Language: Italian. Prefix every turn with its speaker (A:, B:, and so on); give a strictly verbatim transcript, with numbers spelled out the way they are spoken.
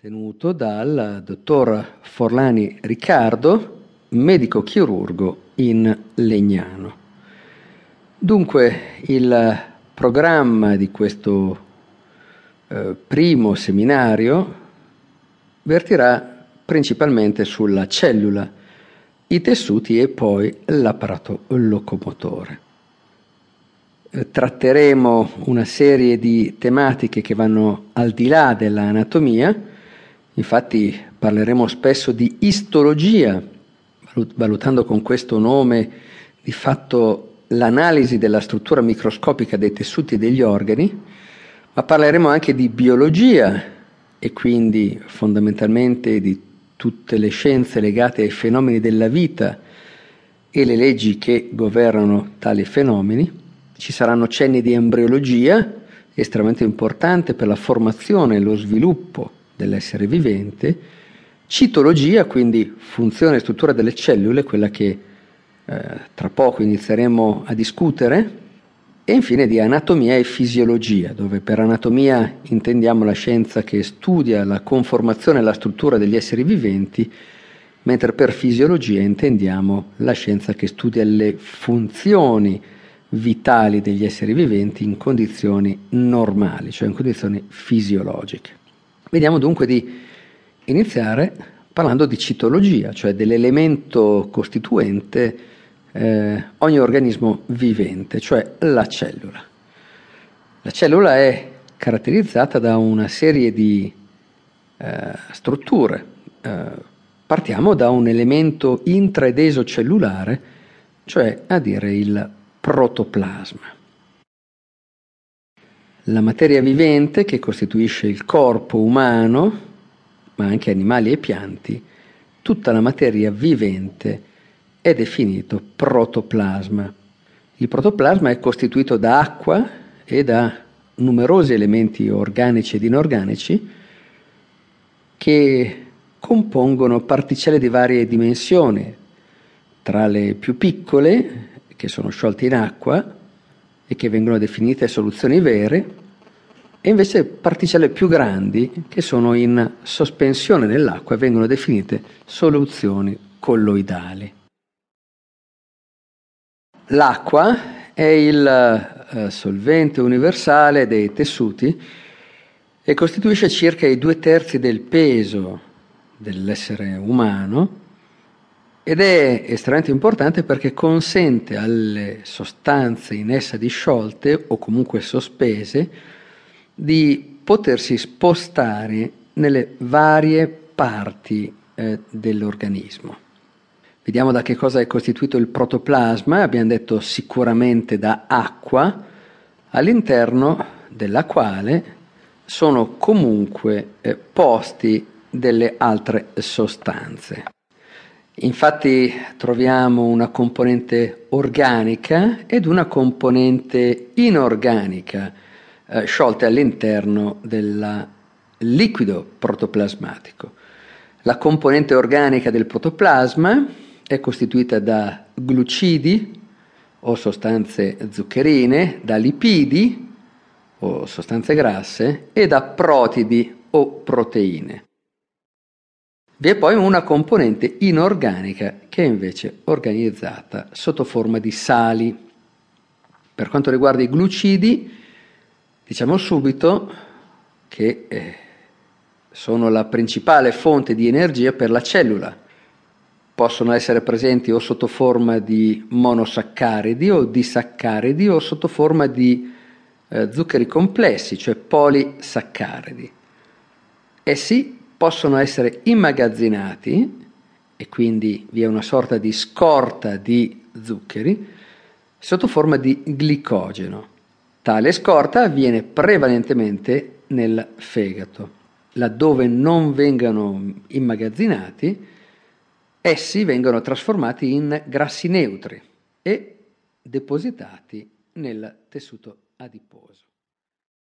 A: tenuto dal dottor Forlani Riccardo, medico chirurgo in Legnano. Dunque, il programma di questo eh, primo seminario vertirà principalmente sulla cellula, i tessuti e poi l'apparato locomotore. Eh, tratteremo una serie di tematiche che vanno al di là dell'anatomia. Infatti parleremo spesso di istologia, valutando con questo nome di fatto l'analisi della struttura microscopica dei tessuti e degli organi, ma parleremo anche di biologia e quindi fondamentalmente di tutte le scienze legate ai fenomeni della vita e le leggi che governano tali fenomeni. Ci saranno cenni di embriologia, estremamente importante per la formazione e lo sviluppo dell'essere vivente, citologia, quindi funzione e struttura delle cellule, quella che eh, tra poco inizieremo a discutere, e infine di anatomia e fisiologia, dove per anatomia intendiamo la scienza che studia la conformazione e la struttura degli esseri viventi, mentre per fisiologia intendiamo la scienza che studia le funzioni vitali degli esseri viventi in condizioni normali, cioè in condizioni fisiologiche. Vediamo dunque di iniziare parlando di citologia, cioè dell'elemento costituente eh, ogni organismo vivente, cioè la cellula. La cellula è caratterizzata da una serie di eh, strutture. Eh, partiamo da un elemento intra- ed esocellulare, cioè a dire il protoplasma. La materia vivente che costituisce il corpo umano, ma anche animali e pianti, tutta la materia vivente è definito protoplasma. Il protoplasma è costituito da acqua e da numerosi elementi organici ed inorganici che compongono particelle di varie dimensioni, tra le più piccole, che sono sciolte in acqua e che vengono definite soluzioni vere, e invece particelle più grandi che sono in sospensione nell'acqua e vengono definite soluzioni colloidali. L'acqua è il eh, solvente universale dei tessuti e costituisce circa i due terzi del peso dell'essere umano ed è estremamente importante perché consente alle sostanze in essa disciolte o comunque sospese di potersi spostare nelle varie parti eh, dell'organismo. Vediamo da che cosa è costituito il protoplasma. Abbiamo detto sicuramente da acqua, all'interno della quale sono comunque eh, posti delle altre sostanze. Infatti troviamo una componente organica ed una componente inorganica eh, sciolte all'interno del liquido protoplasmatico. La componente organica del protoplasma è costituita da glucidi o sostanze zuccherine, da lipidi o sostanze grasse e da protidi o proteine. Vi è poi una componente inorganica che è invece organizzata sotto forma di sali. Per quanto riguarda i glucidi, diciamo subito che eh, sono la principale fonte di energia per la cellula. Possono essere presenti o sotto forma di monosaccaridi o disaccaridi o sotto forma di eh, zuccheri complessi, cioè polisaccaridi. Essi possono essere immagazzinati, e quindi vi è una sorta di scorta di zuccheri, sotto forma di glicogeno. Tale scorta avviene prevalentemente nel fegato. Laddove non vengano immagazzinati, essi vengono trasformati in grassi neutri e depositati nel tessuto adiposo.